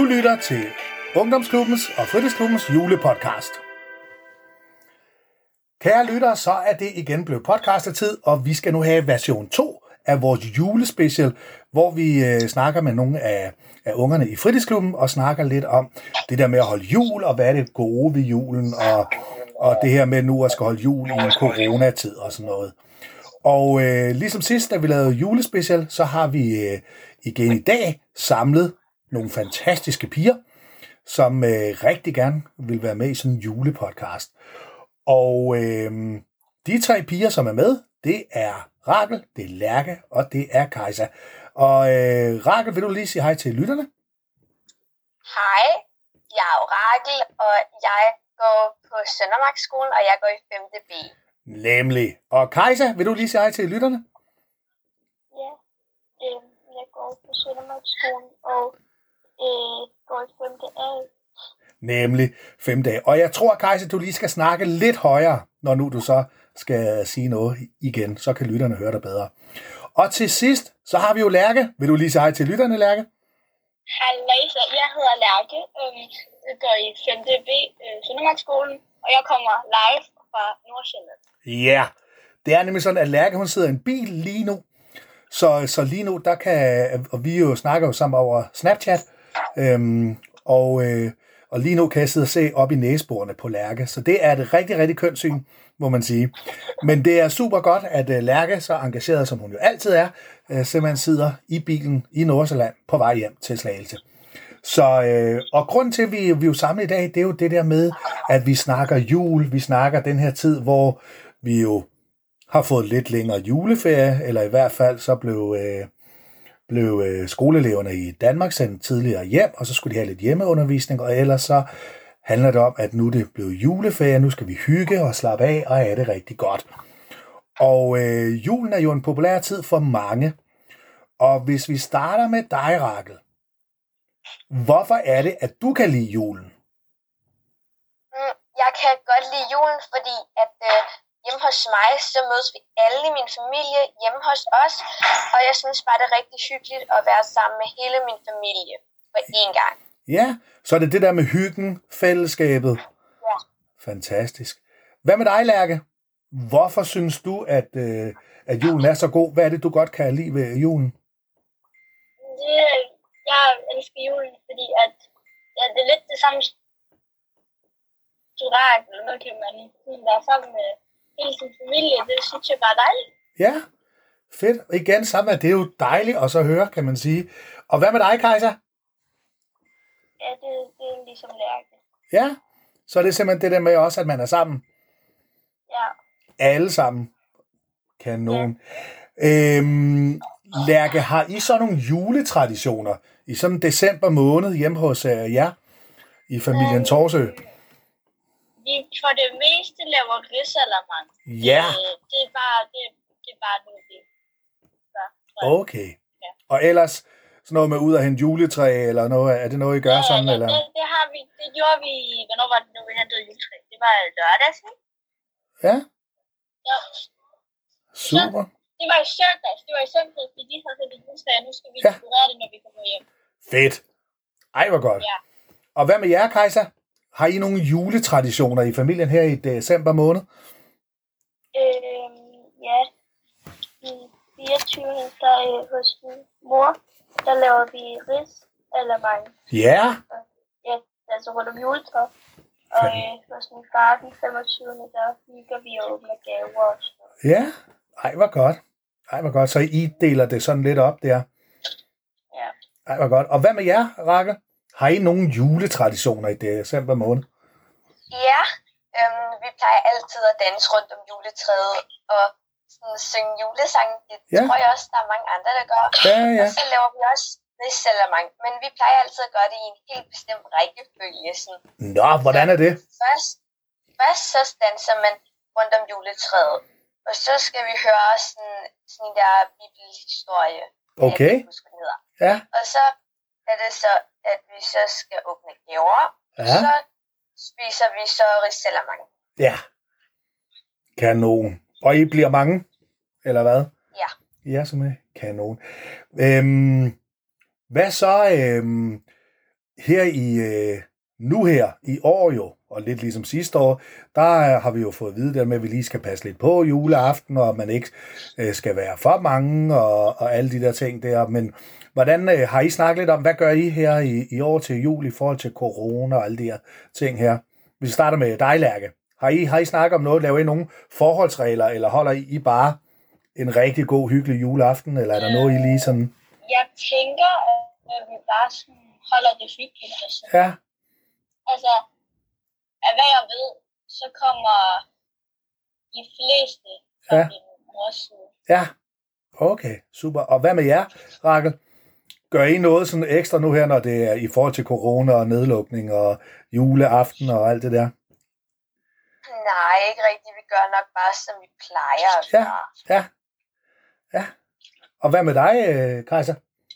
lytter til Ungdomsklubbens og Fritidsklubbens julepodcast. Kære lyttere, så er det igen blevet podcastertid, og vi skal nu have version 2 af vores julespecial, hvor vi snakker med nogle af ungerne i Fritidsklubben og snakker lidt om det der med at holde jul, og hvad er det gode ved julen, og det her med nu at skal holde jul i en coronatid og sådan noget. Og ligesom sidst, da vi lavede julespecial, så har vi igen i dag samlet nogle fantastiske piger, som rigtig gerne vil være med i sådan en julepodcast. Og de 3 piger, som er med, det er Rakel, det er Lærke, og det er Kajsa. Og Rakel, vil du lige sige hej til lytterne? Hej, jeg er jo Rakel, og jeg går på Søndermarksskolen, og jeg går i 5. B. Nemlig. Og Kajsa, vil du lige sige hej til lytterne? Ja, jeg går på Søndermarksskolen og går i 5. A. Nemlig 5 dage. Og jeg tror, Kajsa, du lige skal snakke lidt højere, når nu du så skal sige noget igen. Så kan lytterne høre dig bedre. Og til sidst, så har vi jo Lærke. Vil du lige sige hej til lytterne, Lærke? Halløjsa, jeg hedder Lærke, jeg går i 5. B Søndermarksskolen, og jeg kommer live fra Nordsjælland. Ja, det er nemlig sådan, at Lærke, hun sidder i en bil lige nu. Så lige nu, der kan, og vi jo snakker jo sammen over Snapchat, og lige nu kan jeg sidde og se op i næseborene på Lærke. Så det er et rigtig, rigtig kønt syn, må man sige. Men det er super godt, at Lærke, så engageret som hun jo altid er, simpelthen sidder i bilen i Nordsjælland på vej hjem til Slagelse. Så, og grunden til, at vi er jo samlet i dag, det er jo det der med, at vi snakker jul. Vi snakker den her tid, hvor vi jo har fået lidt længere juleferie, eller i hvert fald så blev skoleeleverne i Danmark sendt tidligere hjem, og så skulle de have lidt hjemmeundervisning, og ellers så handler det om, at nu det blev juleferie, nu skal vi hygge og slappe af, og er det rigtig godt. Og julen er jo en populær tid for mange, og hvis vi starter med dig, Rakel, hvorfor er det, at du kan lide julen? Jeg kan godt lide julen, fordi at hjemme hos mig, så mødes vi alle i min familie hjemme hos os, og jeg synes bare, det er rigtig hyggeligt at være sammen med hele min familie på én gang. Ja, så er det der med hyggen, fællesskabet. Ja. Fantastisk. Hvad med dig, Lærke? Hvorfor synes du, at julen er så god? Hvad er det, du godt kan lide ved julen? Jeg elsker julen, fordi at, det er lidt det samme som Rakel, nu kan man være sammen med hele sin familie, det synes jeg bare er dejligt. Ja, fedt. Og igen, sammen at det er jo dejligt at så høre, kan man sige. Og hvad med dig, Kajsa? Ja, det er ligesom Lærke. Ja, så er det simpelthen det der med også, at man er sammen. Ja. Alle sammen. Kanon. Ja. Lærke, har I så nogle juletraditioner i sådan december måned hjemme hos jer i familien Torsø? Vi for det meste laver risalamande. Ja. Det er bare nu det. Okay. Ja. Og ellers sådan noget med ud at hente juletræ eller noget, er det noget I gør sådan eller? Det har vi. Det gjorde vi. Hvornår var det nu vi hentede juletræ? Det var lørdags. Ja. Ja. Super. Det var i søndags. Vi lige havde hentet juletræ, og nu skal vi dekorere det, når vi kommer hjem. Fedt. Ej, hvor godt. Ja. Og hvad med jer, Kajsa? Har I nogle juletraditioner i familien her i december måned? Ja. I 24. der hos min mor, der laver vi risalamande. Ja. Ja, altså rundt om juletræ. Og hos min far den 25. der hygger vi og åbner gaver også. Ja. Ej, hvor godt. Så I deler det sådan lidt op der? Ja. Ej, hvor godt. Og hvad med jer, Rakel? Har I nogle juletraditioner i december måned? Ja, vi plejer altid at danse rundt om juletræet og sådan synge julesange. Det tror jeg også, der er mange andre, der gør. Ja. Og så laver vi også risalamande, men vi plejer altid at gøre det i en helt bestemt rækkefølge. Sådan. Nå, hvordan er det? Først så danser man rundt om juletræet, og så skal vi høre sådan der bibelhistorie. Okay. Ja. Og så er det så, at vi så skal åbne gaver, og så spiser vi så risalamande. Ja. Kanon. Og I bliver mange, eller hvad? Ja. Ja, som er kanon. Hvad så, her i nu her i år jo, og lidt ligesom sidste år, der har vi jo fået at vide det med, at vi lige skal passe lidt på juleaften, og man ikke skal være for mange, og alle de der ting der. Men hvordan har I snakket lidt om, hvad gør I her i år til jul i forhold til corona og alle de her ting her? Vi starter med dig, Lærke. Har I snakket om noget? Laver I nogle forholdsregler, eller holder I bare en rigtig god, hyggelig juleaften, eller er der noget, I lige sådan... Jeg tænker, at vi bare sådan holder det hyggeligt. Ja. Altså, af hvad jeg ved, så kommer de fleste fra min mors side. Ja, okay, super. Og hvad med jer, Rakel? Gør I noget sådan ekstra nu her, når det er i forhold til corona og nedlukning og juleaften og alt det der? Nej, ikke rigtigt. Vi gør nok bare, som vi plejer at gøre. Ja. Og hvad med dig, Kajsa?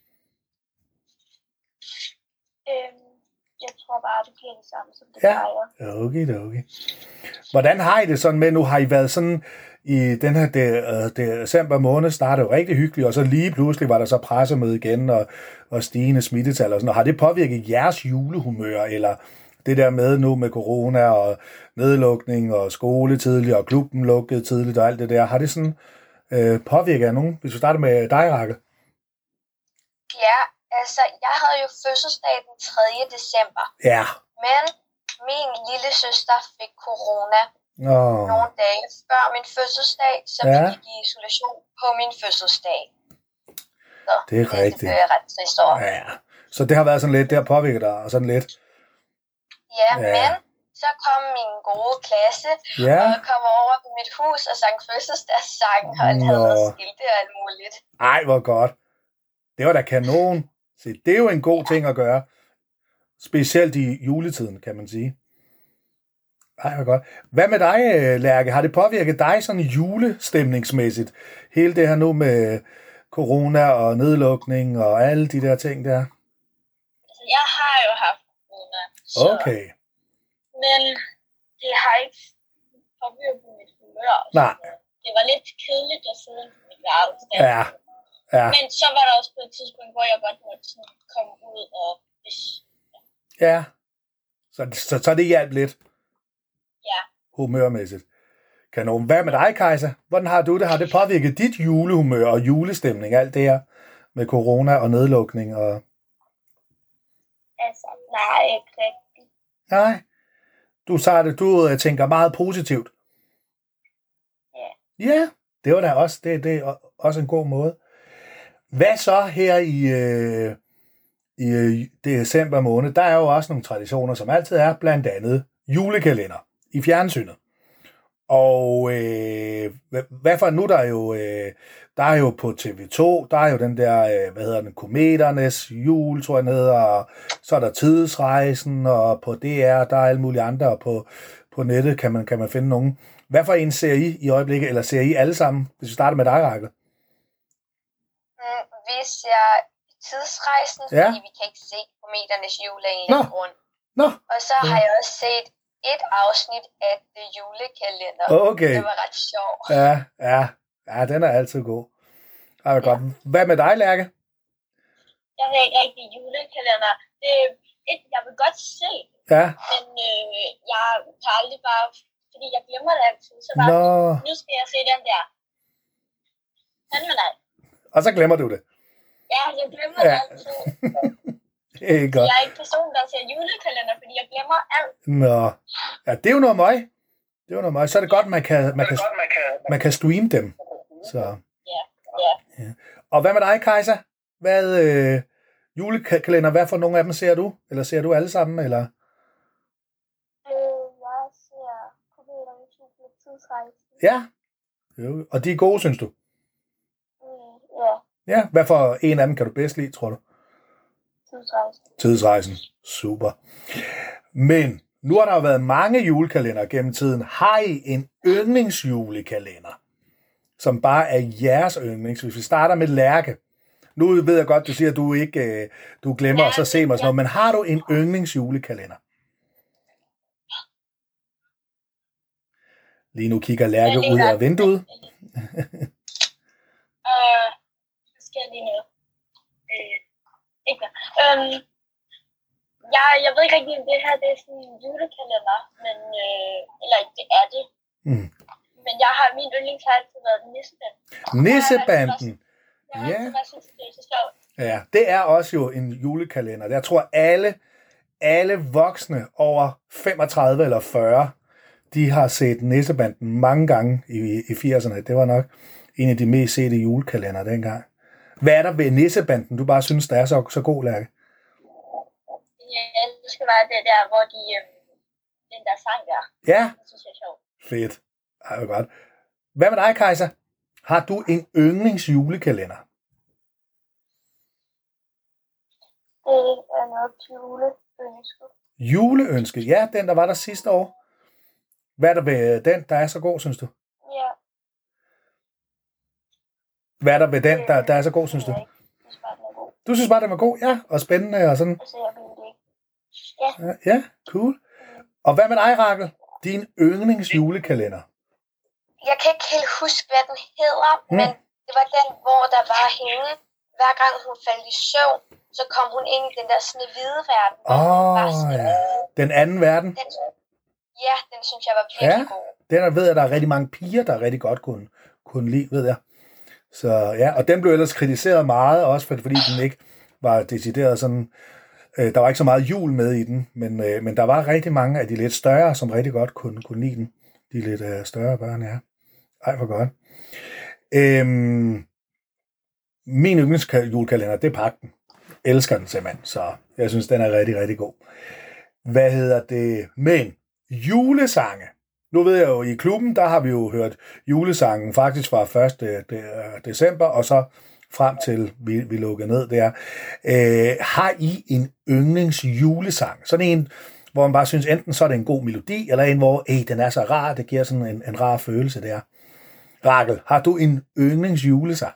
Jeg tror bare, det bliver det samme, som det plejer. Okay. Hvordan har I det sådan med, nu har I været sådan i den her december måned, startede jo rigtig hyggeligt, og så lige pludselig var der så pressemøde igen, og stigende smittetal og sådan, og har det påvirket jeres julehumør, eller det der med nu med corona og nedlukning og skole tidligt, og klubben lukkede tidligt og alt det der, har det sådan påvirket af nogen? Hvis vi starter med dig, Rakel. Ja, altså, jeg havde jo fødselsdag den 3. december. Ja. Men min lille søster fik corona nogle dage før min fødselsdag, så vi gik i isolation på min fødselsdag. Så det er rigtigt. Det blev jeg ret trist over. Ja. Så det har været sådan lidt, det har påvirket dig sådan lidt? Ja, men så kom min gode klasse og kom over på mit hus og sang fødselsdagssang, og han havde noget skilte og alt muligt. Ej, hvor godt. Det var da kanon. Se, det er jo en god ting at gøre. Specielt i juletiden, kan man sige. Ej, hvor godt. Hvad med dig, Lærke? Har det påvirket dig sådan julestemningsmæssigt? Hele det her nu med corona og nedlukning og alle de der ting der? Altså, jeg har jo haft corona. Okay. Men det har ikke påvirket mit humør. Nej. Det var lidt kedeligt at sidde på mit værelse. Ja. Men så var der også på et tidspunkt, hvor jeg godt måtte sådan komme ud og... Ja. Så det hjalp lidt? Ja. Humørmæssigt. Kanon. Hvad med dig, Kajsa? Hvordan har du det? Har det påvirket dit julehumør og julestemning, alt det her med corona og nedlukning? Og... Altså, nej, ikke rigtigt. Nej. Du tænker meget positivt. Ja. Ja, det var da også, det er også en god måde. Hvad så her i december måned? Der er jo også nogle traditioner, som altid er, blandt andet julekalender i fjernsynet. Og hvad for nu, der er jo på TV2, der er jo den der, Kometernes jul, tror jeg den hedder, og så er der Tidsrejsen, og på DR, der er alle mulige andre, og på nettet kan man finde nogen. Hvad for en ser I i øjeblikket, eller ser I alle sammen, hvis vi starter med dig, Rakel? Vi ser Tidsrejsen, fordi vi kan ikke se Kometernes jul af en grund. Og så har jeg også set et afsnit af The Julekalender. Okay. Det var ret sjovt. Ja, den er altid god. Det er godt. Hvad med dig, Lærke? Jeg har ikke rigtig julekalender. Det er et, jeg vil godt se. Ja. Men jeg tager aldrig bare, fordi jeg glemmer det altid. Så bare, nu skal jeg se den der. Den med dig. Og så glemmer du det. Ja, jeg glemmer det altid. Det er godt. Jeg er ikke personen, der ser julekalender, fordi jeg glemmer alt. Ja, det er jo noget møg. Så er det godt, man kan streame dem. Så. Ja. Og hvad med dig, Kajsa? Hvad julekalender, hvad for nogle af dem ser du? Eller ser du alle sammen, eller? Jeg ser Kometernes jul, Tidsrejsen. Ja. Og de er gode, synes du? Ja. Ja, hvad for en af dem kan du bedst lide, tror du? Tidsrejsen. Super. Men nu har der jo været mange julekalender gennem tiden. Har I en yndlingsjulekalender, som bare er jeres yndlings? Hvis vi starter med Lærke. Nu ved jeg godt, du siger, at du ikke du glemmer at så se mig sådan noget, men har du en yndlingsjulekalender? Lige nu kigger Lærke ud af vinduet. Skal jeg lige noget? Ikke Jeg ved ikke rigtig, om det her det er sådan en julekalender, men, eller det er det. Mm. Men min yndlings har altid været Nissebanden. Nissebanden. Jeg har altid været synes, det er så sjovt. Ja, det er også jo en julekalender. Jeg tror, alle voksne over 35 eller 40, de har set Nissebanden mange gange i 80'erne. Det var nok en af de mest sete julekalender dengang. Hvad er der ved Nissebanden, du bare synes, der er så god, Lærke? Ja, det skal være det der, hvor den der sang der. Ja. Det synes jeg er sjovt. Fedt. Ej, hvor godt. Hvad med dig, Kajsa? Har du en yndlingsjulekalender? Det er nok juleønske. Juleønske? Ja, den der var der sidste år. Hvad er der ved den, der er så god, synes du? Ja. Hvad er der ved den, der er så god, synes du? Jeg synes bare, den er god. Du synes bare, den var god, ja, og spændende og sådan. Altså, jeg ved det ikke. Ja, cool. Og hvad med dig, Rakel? Din yndlingsjulekalender? Jeg kan ikke helt huske, hvad den hedder, men det var den, hvor der var hende. Hver gang hun faldt i søvn, så kom hun ind i den der Snehvide verden. Ja. Den anden verden? Den synes jeg var virkelig god. Den ved jeg, der er rigtig mange piger, der rigtig godt kunne lide, ved jeg. Så ja, og den blev ellers kritiseret meget, også fordi den ikke var decideret sådan. Der var ikke så meget jul med i den, men der var rigtig mange af de lidt større, som rigtig godt kunne lide den. De lidt større børn, ja. Ej, hvor godt. Min yndlingsjulekalender, det er Pagten. Elsker den simpelthen, så jeg synes, den er rigtig, rigtig god. Hvad hedder det? Men julesange. Nu ved jeg jo, i klubben, der har vi jo hørt julesangen faktisk fra 1. december, og så frem til vi lukkede ned der. Har I en yndlingsjulesang? Sådan en, hvor man bare synes, enten så er det en god melodi, eller en, hvor den er så rar, det giver sådan en rar følelse der. Rakel, har du en yndlingsjulesang?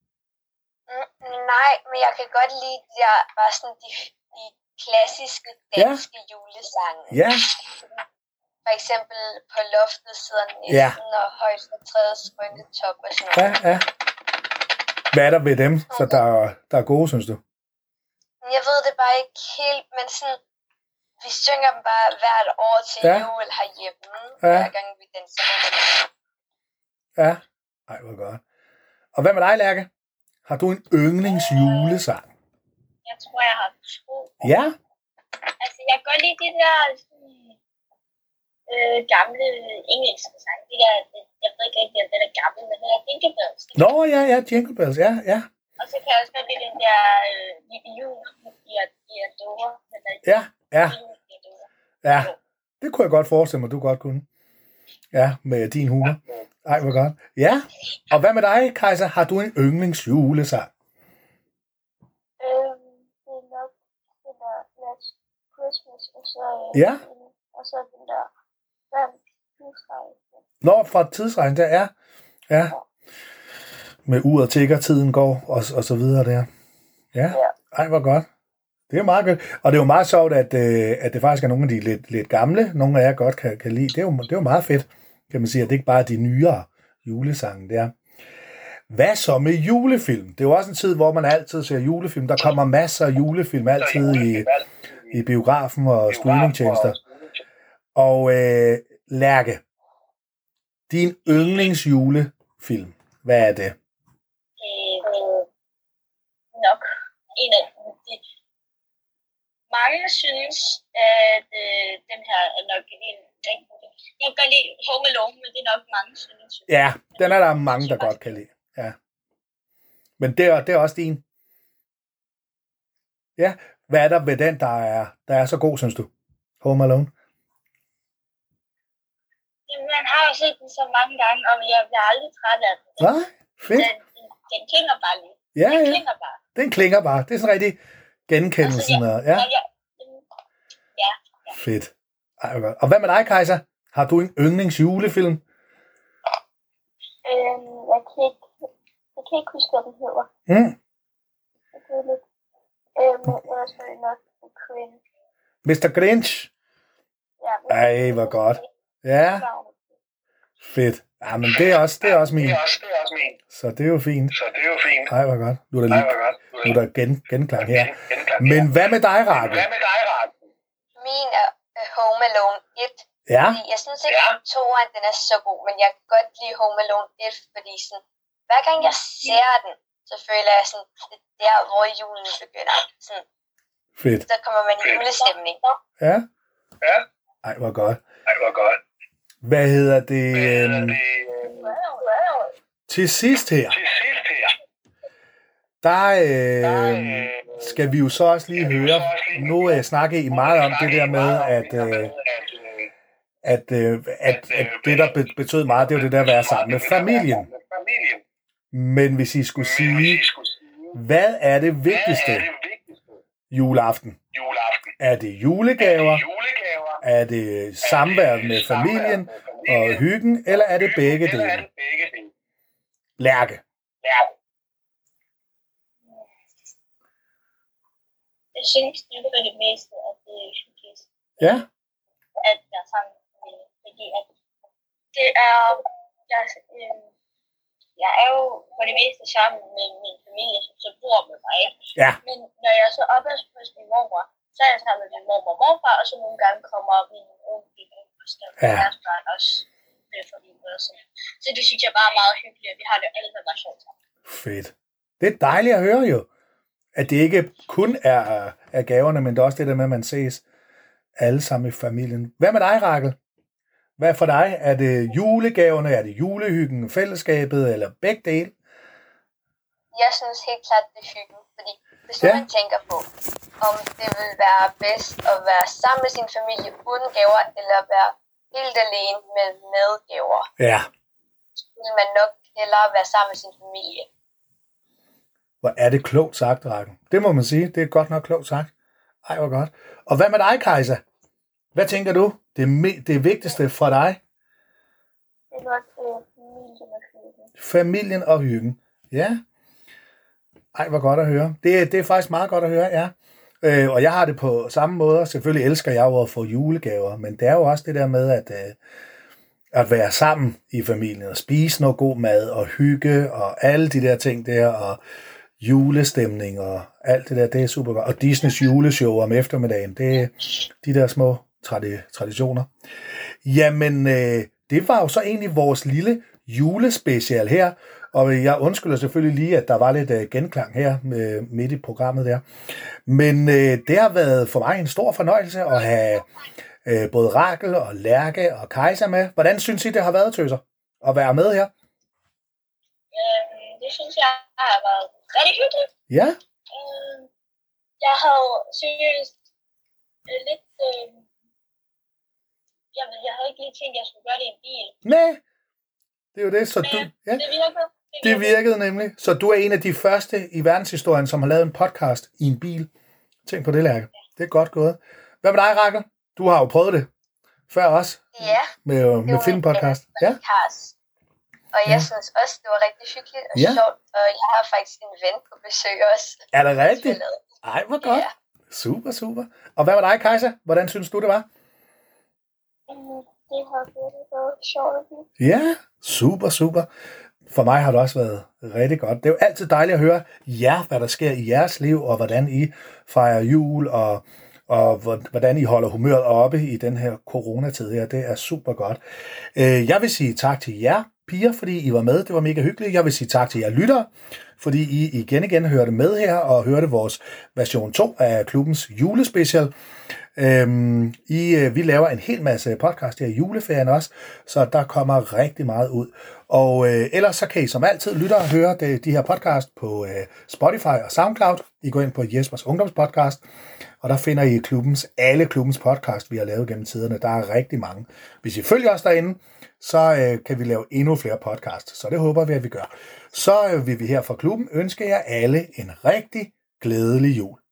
Nej, men jeg kan godt lide bare sådan de klassiske danske julesange. Ja. For eksempel På loftet sidder næsten, og Højt på træets grønne top og sådan noget. Ja. Hvad er der ved dem, så der er gode, synes du? Jeg ved det bare ikke helt, men sådan, vi synger dem bare hvert år til jul herhjemme, hver gang vi danser. Ja. Ej, hvor godt. Og hvad med dig, Lærke? Har du en yndlingsjulesang? Jeg tror, jeg har 2. Ja? Altså, jeg kan godt lide de der gamle engelske sange. Jeg ved ikke rigtig, om det er gamle, men det er Jingle Bells. Nå, ja, Jingle Bells, ja. Og så kan jeg også godt lide den der Lille Jul i Adora. Ja, det kunne jeg godt forestille mig, du godt kunne. Ja, med din humor. Ej, hvor godt. Ja, og hvad med dig, Kajsa? Har du en yndlingsjulesang? Det er nok den der Last Christmas, og så den der tidsrejse. Nå, fra tidsrejsen der, ja. Med uret tikker, tiden går, og så videre der. Ja, ej, hvor godt. Det er meget godt. Og det er jo meget sjovt, at det faktisk er nogle af de lidt gamle, nogle af jer godt kan lide. Det er jo meget fedt, kan man sige, at det ikke bare er de nyere julesange der. Hvad så med julefilm? Det er jo også en tid, hvor man altid ser julefilm. Der kommer masser af julefilm altid i biografen og streamingtjenester. Og Lærke, din yndlingsjulefilm, hvad er det? Nok en af de. Mange synes, at den her er nok en rigtig. Jeg kan godt lide Home Alone, men det er nok mange synes. Ja, den er der mange, der godt kan lide. Ja. Men det er også din. Ja, hvad er der ved den, der er så god, synes du? Home Alone? Jamen, man har jo set den så mange gange, og jeg bliver aldrig træt af den. Nej, fedt. Den klinger bare lidt. Ja, den klinger bare. Det er sådan rigtig genkendelsen. Altså, ja. Fedt. Ej, og hvad med dig, Kajsa? Har du en yndlingsjulefilm? Jeg kan ikke huske, hvad den hedder. Det er lidt. Men ellers er det nok Grinch. Mr. Grinch? Ja. Ej, hvor godt. Ja. Fedt. Ja, men det er også min. Så det er jo fint. Ej, hvor godt. Nu er der genklang her. Men hvad med dig, Rakel? Min er Home Alone 1. Ja. Fordi jeg synes ikke, at toeren den er så god, men jeg kan godt lide Home Alone 1, fordi sådan, hver gang jeg ser den, så føler jeg sådan, det er der, hvor julen begynder. Sådan, Fedt. så kommer man i julestemning. Ja. Ej, hvor godt. Hvad hedder det? Til sidst her, der skal vi jo så også lige høre, nu snakker I meget om det der med, at det, der betød meget, det er jo det der at være sammen med familien. Men hvis I skulle sige, hvad er det vigtigste juleaften? Er det julegaver? Er det samvær med familien og hyggen? Eller er det begge dele? Lærke. Jeg synes, det er det meste, at det er hyggeligt. Ja. At jeg er sammen med familien. Fordi at det er... Jeg er jo på det meste sammen med min familie, som så bor med mig, ikke? Ja. Men når jeg så op hos min mormor, så er jeg sammen med min mormor og morfar, og så nogle gange kommer min onkel og skal deres børn også med familien. Så det synes jeg bare er meget hyggeligt, at vi har det alle meget sjovt sammen. Fedt. Det er dejligt at høre jo. At det ikke kun er gaverne, men det er også det der med, at man ses alle sammen i familien. Hvad med dig, Rakel? Hvad for dig? Er det julegaverne, er det julehyggen, fællesskabet, eller begge dele? Jeg synes helt klart, det er hyggen. Fordi hvis man tænker på, om det vil være bedst at være sammen med sin familie uden gaver, eller være helt alene med gaver, så vil man nok hellere være sammen med sin familie. Hvor er det klogt sagt, Rakel. Det må man sige. Det er godt nok klogt sagt. Ej, hvor godt. Og hvad med dig, Kajsa? Hvad tænker du? Det vigtigste fra dig? Det er nok familien og hyggen. Familien og hyggen. Ja. Ej, hvor godt at høre. Det er faktisk meget godt at høre, ja. Og jeg har det på samme måde. Selvfølgelig elsker jeg jo at få julegaver, men det er jo også det der med at være sammen i familien og spise noget god mad og hygge og alle de der ting der og julestemning og alt det der, det er super godt. Og Disneys juleshow om eftermiddagen, det er de der små traditioner. Jamen, det var jo så egentlig vores lille julespecial her, og jeg undskylder selvfølgelig lige, at der var lidt genklang her midt i programmet der. Men det har været for mig en stor fornøjelse at have både Rakel og Lærke og Kajsa med. Hvordan synes I, det har været, tøser, at være med her? Det synes jeg har været rigtig hyggeligt. Ja. Jeg havde seriøst lidt... Jeg havde ikke lige tænkt, at jeg skulle gøre det i en bil. Nej, det er jo det. Så det virkede nemlig. Så du er en af de første i verdenshistorien, som har lavet en podcast i en bil. Tænk på det, Lærke. Det er godt gået. Hvad med dig, Rakel? Du har jo prøvet det før også. Ja. Med filmpodcast. Ja. Og jeg synes også, det var rigtig hyggeligt og sjovt. Og jeg har faktisk en ven på besøg også. Er det rigtigt? Ej, hvor godt. Ja. Super, super. Og hvad med dig, Kajsa? Hvordan synes du, det var? Det har været sjovt. Ja, super, super. For mig har det også været rigtig godt. Det er jo altid dejligt at høre hvad der sker i jeres liv, og hvordan I fejrer jul, og hvordan I holder humøret oppe i den her coronatid her. Det er super godt. Jeg vil sige tak til jer piger, fordi I var med. Det var mega hyggeligt. Jeg vil sige tak til jer lyttere, fordi I igen hørte med her, og hørte vores version 2 af klubbens julespecial. Vi laver en hel masse podcast her i juleferien også, så der kommer rigtig meget ud. Og ellers så kan I som altid lytte og høre de her podcast på Spotify og SoundCloud. I går ind på Jespers Ungdomspodcast, og der finder I alle klubbens podcast, vi har lavet gennem tiderne. Der er rigtig mange. Hvis I følger os derinde, så kan vi lave endnu flere podcasts, så det håber vi, at vi gør. Så vil vi her fra klubben ønske jer alle en rigtig glædelig jul.